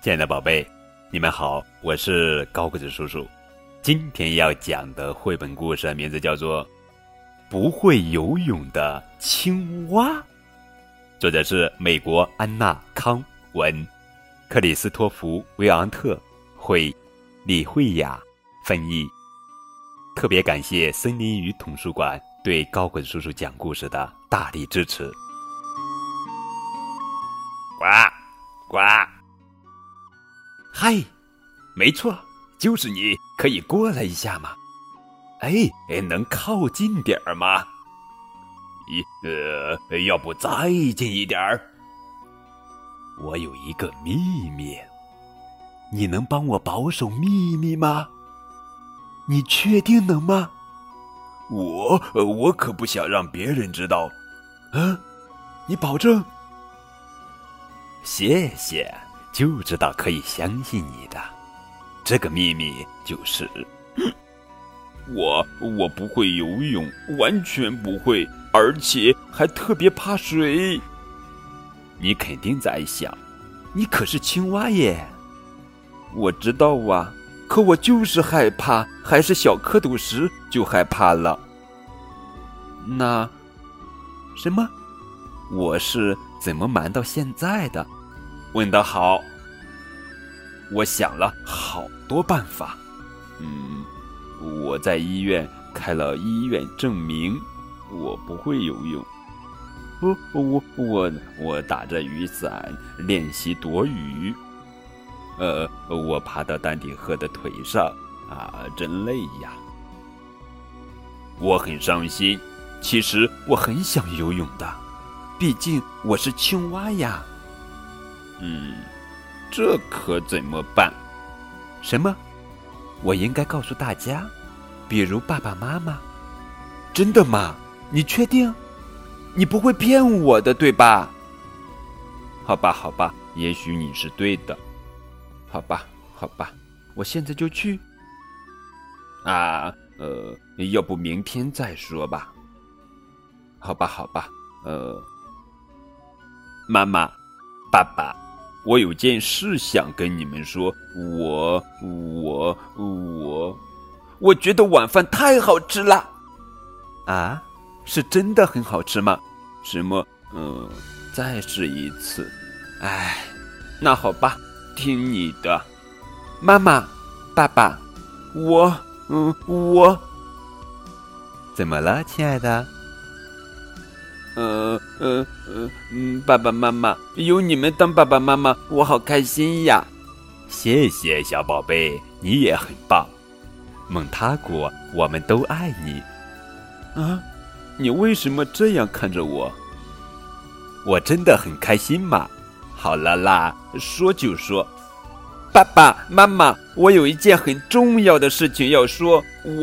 亲爱的宝贝，你们好，我是高个子叔叔。今天要讲的绘本故事名字叫做《不会游泳的青蛙》，作者是美国安娜·康文，克里斯托弗·维昂特绘，李慧雅翻译。特别感谢森林鱼童书馆对高个子叔叔讲故事的大力支持。呱呱，嗨，没错，就是你，可以过来一下吗？能靠近点儿吗？要不再近一点儿？我有一个秘密，你能帮我保守秘密吗？你确定能吗？我可不想让别人知道。你保证？谢谢，就知道可以相信你的。这个秘密就是我不会游泳，完全不会，而且还特别怕水。你肯定在想，你可是青蛙耶。我知道啊，可我就是害怕，还是小蝌蚪时就害怕了。那什么？我是怎么瞒到现在的？问得好。我想了好多办法。我在医院开了医院证明，我不会游泳。我打着雨伞练习躲雨。我爬到丹顶鹤的腿上，真累呀。我很伤心，其实我很想游泳的，毕竟我是青蛙呀。这可怎么办？什么？我应该告诉大家，比如爸爸妈妈。真的吗？你确定？你不会骗我的，对吧？好吧，也许你是对的。好吧，我现在就去。要不明天再说吧。好吧，妈妈，爸爸，我有件事想跟你们说。我觉得晚饭太好吃了。是真的很好吃吗？什么？再试一次。那好吧，听你的。妈妈，爸爸，我怎么了，亲爱的？爸爸妈妈，有你们当爸爸妈妈，我好开心呀！谢谢小宝贝，你也很棒。蒙塔古，我们都爱你。你为什么这样看着我？我真的很开心嘛。好了啦，说就说。爸爸妈妈，我有一件很重要的事情要说。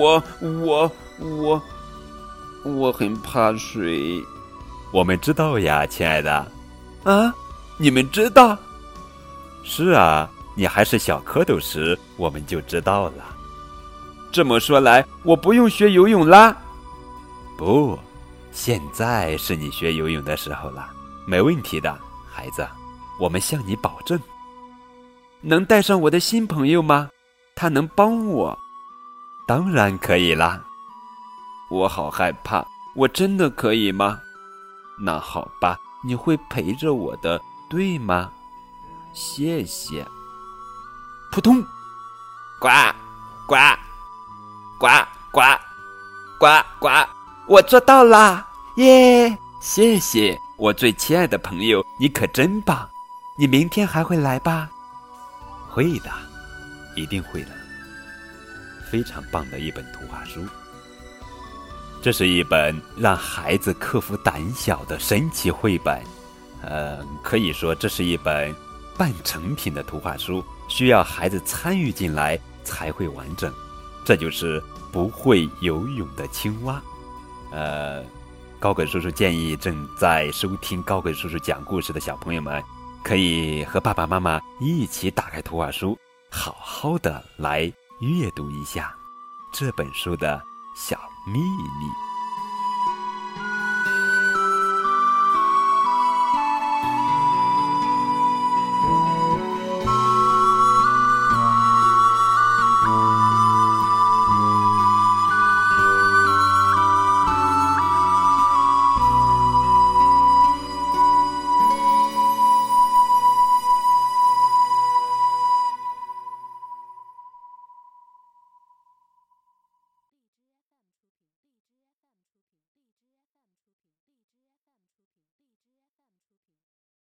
我很怕水。我们知道呀，亲爱的。你们知道？是啊，你还是小蝌蚪时，我们就知道了。这么说来，我不用学游泳啦？不，现在是你学游泳的时候了。没问题的，孩子，我们向你保证。能带上我的新朋友吗？他能帮我？当然可以啦。我好害怕，我真的可以吗？那好吧，你会陪着我的，对吗？谢谢。扑通，呱呱呱呱呱呱，我做到啦！耶！谢谢，我最亲爱的朋友，你可真棒。你明天还会来吧？会的，一定会的。非常棒的一本图画书。这是一本让孩子克服胆小的神奇绘本。可以说这是一本半成品的图画书，需要孩子参与进来才会完整。这就是不会游泳的青蛙。高个叔叔建议正在收听高个叔叔讲故事的小朋友们，可以和爸爸妈妈一起打开图画书，好好的来阅读一下这本书的小秘密。